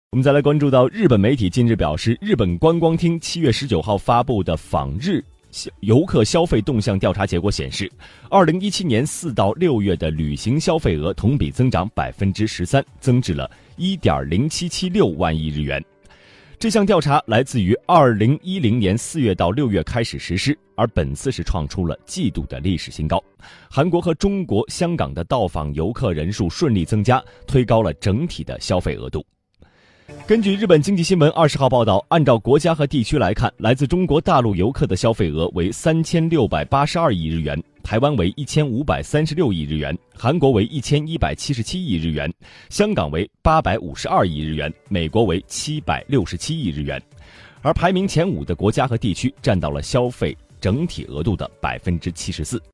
我们再来关注到日本媒体近日表示，日本观光厅7月19号发布的访日游客消费动向调查结果显示，2017年4到6月的旅行消费额同比增长13%，增至了1.0776万亿日元。这项调查来自于2010年4月到6月开始实施，而本次是创出了季度的历史新高。韩国和中国、香港的到访游客人数顺利增加，推高了整体的消费额度。根据日本经济新闻20号报道，按照国家和地区来看，来自中国大陆游客的消费额为3682亿日元，台湾为1536亿日元，韩国为1177亿日元，香港为852亿日元，美国为767亿日元。而排名前5的国家和地区占到了消费整体额度的74%。